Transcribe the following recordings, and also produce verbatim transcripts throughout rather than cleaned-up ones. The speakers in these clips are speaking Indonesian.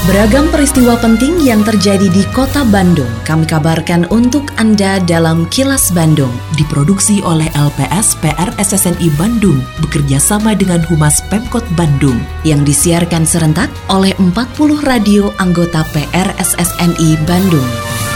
Beragam peristiwa penting yang terjadi di Kota Bandung kami kabarkan untuk Anda dalam Kilas Bandung. Diproduksi oleh L P S P R S S N I Bandung bekerja sama dengan Humas Pemkot Bandung yang disiarkan serentak oleh empat puluh radio anggota P R S S N I Bandung.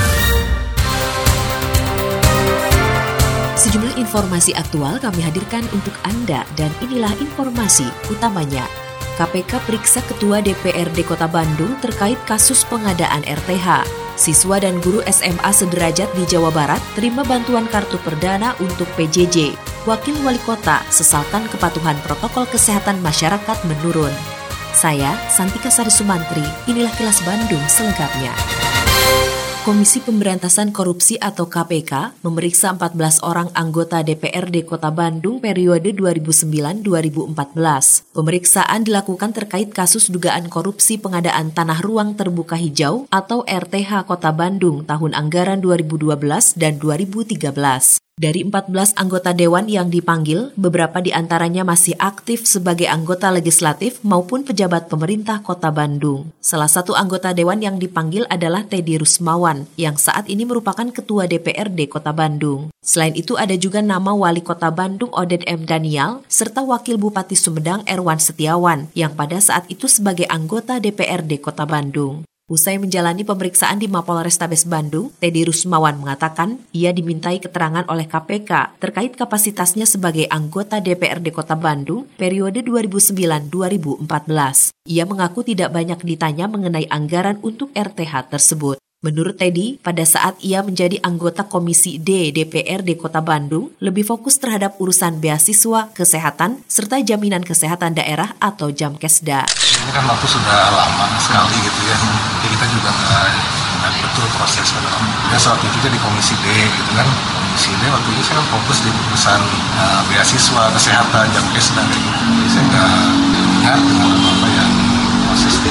Sejumlah informasi aktual kami hadirkan untuk Anda dan inilah informasi utamanya. K P K periksa Ketua D P R D Kota Bandung terkait kasus pengadaan R T H. Siswa dan guru S M A sederajat di Jawa Barat terima bantuan kartu perdana untuk P J J. Wakil Wali Kota sesalkan kepatuhan protokol kesehatan masyarakat menurun. Saya, Santika Sari Sumantri, inilah Kilas Bandung selengkapnya. Komisi Pemberantasan Korupsi atau K P K memeriksa empat belas orang anggota D P R D Kota Bandung periode dua ribu sembilan sampai dua ribu empat belas. Pemeriksaan dilakukan terkait kasus dugaan korupsi pengadaan tanah ruang terbuka hijau atau R T H Kota Bandung tahun anggaran dua ribu dua belas dan dua ribu tiga belas. Dari empat belas anggota dewan yang dipanggil, beberapa di antaranya masih aktif sebagai anggota legislatif maupun pejabat pemerintah Kota Bandung. Salah satu anggota dewan yang dipanggil adalah Teddy Rusmawan, yang saat ini merupakan Ketua D P R D Kota Bandung. Selain itu ada juga nama Wali Kota Bandung Oded M. Daniel, serta Wakil Bupati Sumedang Erwan Setiawan, yang pada saat itu sebagai anggota D P R D Kota Bandung. Usai menjalani pemeriksaan di Mapolrestabes Bandung, Teddy Rusmawan mengatakan ia dimintai keterangan oleh K P K terkait kapasitasnya sebagai anggota D P R D Kota Bandung periode dua ribu sembilan sampai dua ribu empat belas. Ia mengaku tidak banyak ditanya mengenai anggaran untuk R T H tersebut. Menurut Teddy, pada saat ia menjadi anggota Komisi D D P R D Kota Bandung, lebih fokus terhadap urusan beasiswa, kesehatan, serta jaminan kesehatan daerah atau Jamkesda. Ini kan waktu sudah lama sekali gitu ya, jadi kita juga nggak betul proses pada ya saat itu di Komisi D gitu kan. Komisi D waktu itu saya fokus di urusan uh, beasiswa, kesehatan, Jamkesda gitu. Jadi saya nggak ingat dengan apa yang proses di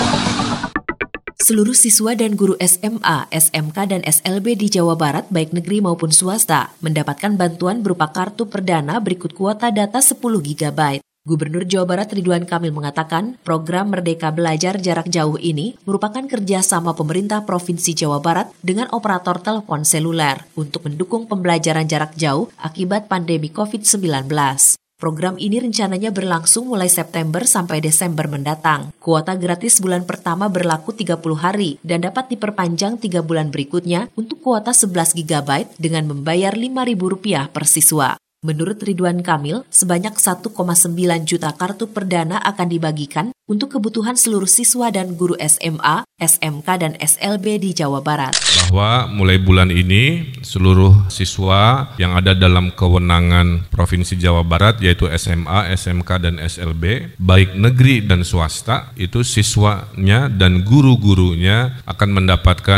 Seluruh siswa dan guru S M A, S M K, dan S L B di Jawa Barat, baik negeri maupun swasta, mendapatkan bantuan berupa kartu perdana berikut kuota data sepuluh giga byte. Gubernur Jawa Barat Ridwan Kamil mengatakan, program Merdeka Belajar Jarak Jauh ini merupakan kerjasama pemerintah Provinsi Jawa Barat dengan operator telepon seluler untuk mendukung pembelajaran jarak jauh akibat pandemi covid sembilan belas. Program ini rencananya berlangsung mulai September sampai Desember mendatang. Kuota gratis bulan pertama berlaku tiga puluh hari dan dapat diperpanjang tiga bulan berikutnya untuk kuota sebelas giga byte dengan membayar lima ribu rupiah per siswa. Menurut Ridwan Kamil, sebanyak satu koma sembilan juta kartu perdana akan dibagikan untuk kebutuhan seluruh siswa dan guru S M A, S M K, dan S L B di Jawa Barat. Bahwa mulai bulan ini seluruh siswa yang ada dalam kewenangan Provinsi Jawa Barat yaitu S M A, S M K, dan S L B, baik negeri dan swasta, itu siswanya dan guru-gurunya akan mendapatkan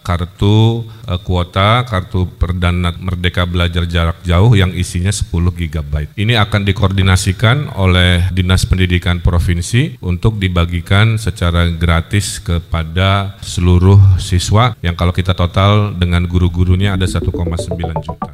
kartu eh, kuota, kartu perdana Merdeka Belajar Jarak Jauh yang isinya sepuluh giga byte. Ini akan dikoordinasikan oleh Dinas Pendidikan Provinsi untuk dibagikan secara gratis kepada seluruh siswa yang kalau kita total dengan guru-gurunya ada satu koma sembilan juta.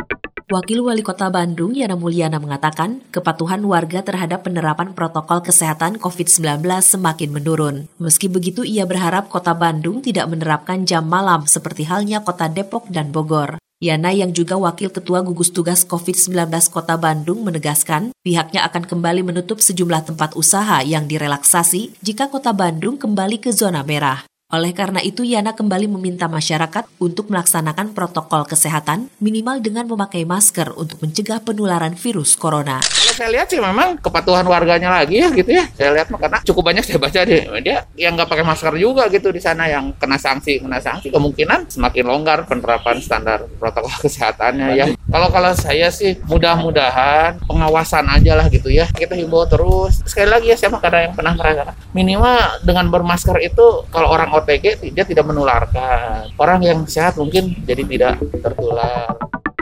Wakil Wali Kota Bandung Yana Mulyana mengatakan kepatuhan warga terhadap penerapan protokol kesehatan covid sembilan belas semakin menurun. Meski begitu ia berharap Kota Bandung tidak menerapkan jam malam seperti halnya Kota Depok dan Bogor. Yana yang juga Wakil Ketua Gugus Tugas covid sembilan belas Kota Bandung menegaskan pihaknya akan kembali menutup sejumlah tempat usaha yang direlaksasi jika Kota Bandung kembali ke zona merah. Oleh karena itu, Yana kembali meminta masyarakat untuk melaksanakan protokol kesehatan minimal dengan memakai masker untuk mencegah penularan virus corona. Kalau saya lihat sih memang kepatuhan warganya lagi ya gitu ya. Saya lihat karena cukup banyak saya baca deh, dia yang nggak pakai masker juga gitu di sana yang kena sanksi, kena sanksi kemungkinan semakin longgar penerapan standar protokol kesehatannya ya. Kalau kalau saya sih mudah-mudahan pengawasan aja lah gitu ya. Kita himbau terus. Sekali lagi ya saya mah kadang yang pernah merasakan minimal dengan bermasker itu kalau orang O T G dia tidak menularkan. Orang yang sehat mungkin jadi tidak tertular.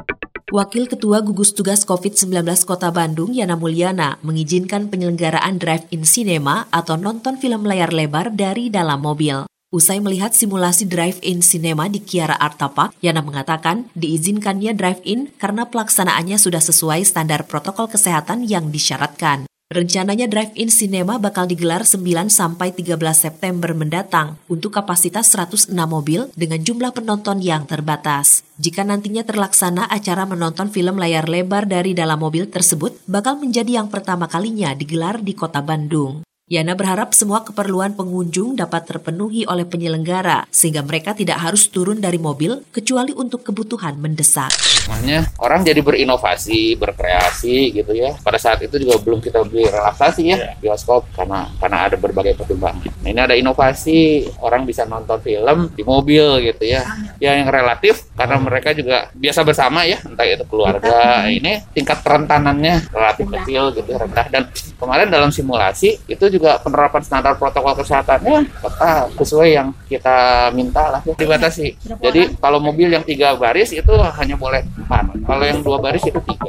Wakil Ketua Gugus Tugas covid sembilan belas Kota Bandung, Yana Mulyana, mengizinkan penyelenggaraan drive-in cinema atau nonton film layar lebar dari dalam mobil. Usai melihat simulasi drive-in cinema di Kiara Arta Park, Yana mengatakan diizinkannya drive-in karena pelaksanaannya sudah sesuai standar protokol kesehatan yang disyaratkan. Rencananya drive-in cinema bakal digelar sembilan sampai tiga belas September mendatang untuk kapasitas seratus enam mobil dengan jumlah penonton yang terbatas. Jika nantinya terlaksana, acara menonton film layar lebar dari dalam mobil tersebut bakal menjadi yang pertama kalinya digelar di Kota Bandung. Yana berharap semua keperluan pengunjung dapat terpenuhi oleh penyelenggara sehingga mereka tidak harus turun dari mobil kecuali untuk kebutuhan mendesak. Makanya orang jadi berinovasi, berkreasi gitu ya. Pada saat itu juga belum kita beli relaksasi ya bioskop karena karena ada berbagai pertimbangan. Nah, ini ada inovasi, orang bisa nonton film di mobil gitu ya. Ya yang relatif karena mereka juga biasa bersama ya, entah itu keluarga. Ini tingkat kerentanannya relatif kecil gitu, rendah. Dan kemarin dalam simulasi itu juga juga penerapan standar protokol kesehatannya tetap sesuai yang kita minta lah ya, dibatasi. Jadi kalau mobil yang tiga baris itu hanya boleh empat, kalau yang dua baris itu tiga.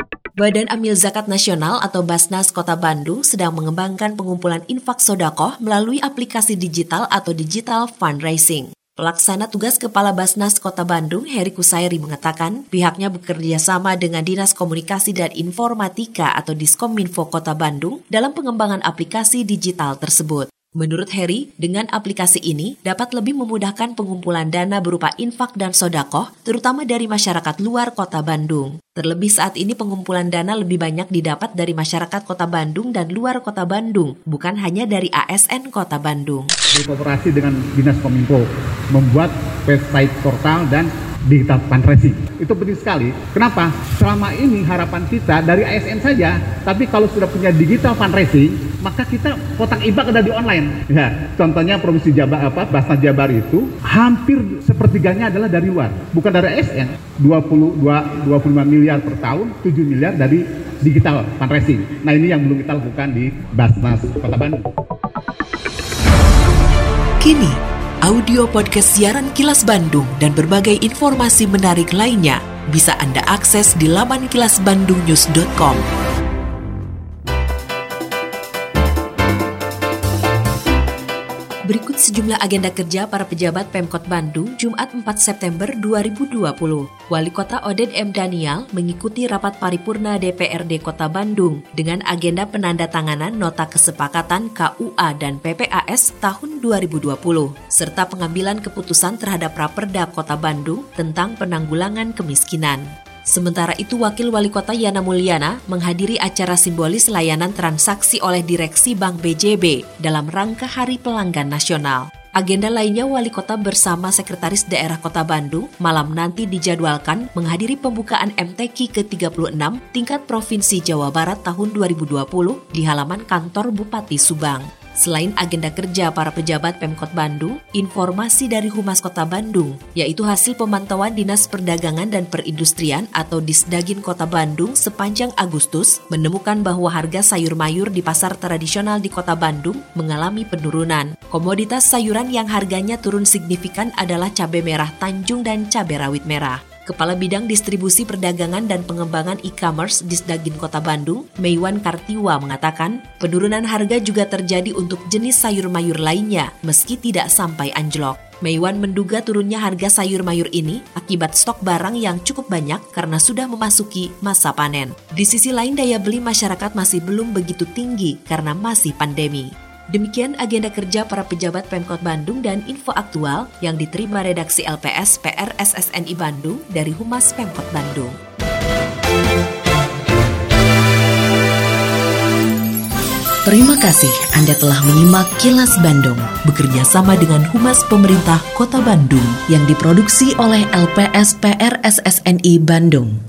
Badan Amil Zakat Nasional atau Basnas Kota Bandung sedang mengembangkan pengumpulan infak sodakoh melalui aplikasi digital atau digital fundraising. Pelaksana tugas Kepala Basnas Kota Bandung, Heri Kusairi, mengatakan pihaknya bekerja sama dengan Dinas Komunikasi dan Informatika atau Diskominfo Kota Bandung dalam pengembangan aplikasi digital tersebut. Menurut Heri, dengan aplikasi ini dapat lebih memudahkan pengumpulan dana berupa infak dan sodakoh, terutama dari masyarakat luar Kota Bandung. Terlebih saat ini pengumpulan dana lebih banyak didapat dari masyarakat Kota Bandung dan luar Kota Bandung, bukan hanya dari A S N Kota Bandung. Berkooperasi dengan Dinas Kominfo, membuat website portal dan digital fundraising. Itu penting sekali. Kenapa? Selama ini harapan kita dari A S N saja, tapi kalau sudah punya digital fundraising, maka kita kotak ibak ada di online. Ya, contohnya Provinsi Jabar apa Basnas Jabar itu hampir sepertiganya adalah dari luar, bukan dari A S N. dua puluh dua, dua puluh lima miliar per tahun, tujuh miliar dari digital fundraising. Nah, ini yang belum kita lakukan di Basnas Kota Bandung. Kini, audio podcast siaran Kilas Bandung dan berbagai informasi menarik lainnya bisa Anda akses di laman kilas bandung news dot com. Berikut sejumlah agenda kerja para pejabat Pemkot Bandung Jumat empat September dua ribu dua puluh. Wali Kota Oded M. Daniel mengikuti rapat paripurna D P R D Kota Bandung dengan agenda penandatanganan nota kesepakatan K U A dan P P A S tahun dua ribu dua puluh, serta pengambilan keputusan terhadap Raperda Kota Bandung tentang penanggulangan kemiskinan. Sementara itu, Wakil Wali Kota Yana Mulyana menghadiri acara simbolis layanan transaksi oleh Direksi Bank B J B dalam rangka Hari Pelanggan Nasional. Agenda lainnya, Wali Kota bersama Sekretaris Daerah Kota Bandung malam nanti dijadwalkan menghadiri pembukaan M T Q ke tiga puluh enam tingkat Provinsi Jawa Barat tahun dua ribu dua puluh di halaman kantor Bupati Subang. Selain agenda kerja para pejabat Pemkot Bandung, informasi dari Humas Kota Bandung, yaitu hasil pemantauan Dinas Perdagangan dan Perindustrian atau Disdagin Kota Bandung sepanjang Agustus, menemukan bahwa harga sayur mayur di pasar tradisional di Kota Bandung mengalami penurunan. Komoditas sayuran yang harganya turun signifikan adalah cabai merah Tanjung dan cabai rawit merah. Kepala Bidang Distribusi Perdagangan dan Pengembangan E-Commerce Disdagin Kota Bandung, Meiwan Kartiwa, mengatakan penurunan harga juga terjadi untuk jenis sayur mayur lainnya meski tidak sampai anjlok. Meiwan menduga turunnya harga sayur mayur ini akibat stok barang yang cukup banyak karena sudah memasuki masa panen. Di sisi lain, daya beli masyarakat masih belum begitu tinggi karena masih pandemi. Demikian agenda kerja para pejabat Pemkot Bandung dan info aktual yang diterima redaksi L P S P R S S N I Bandung dari Humas Pemkot Bandung. Terima kasih Anda telah menyimak Kilas Bandung bekerja sama dengan Humas Pemerintah Kota Bandung yang diproduksi oleh L P S P R S S N I Bandung.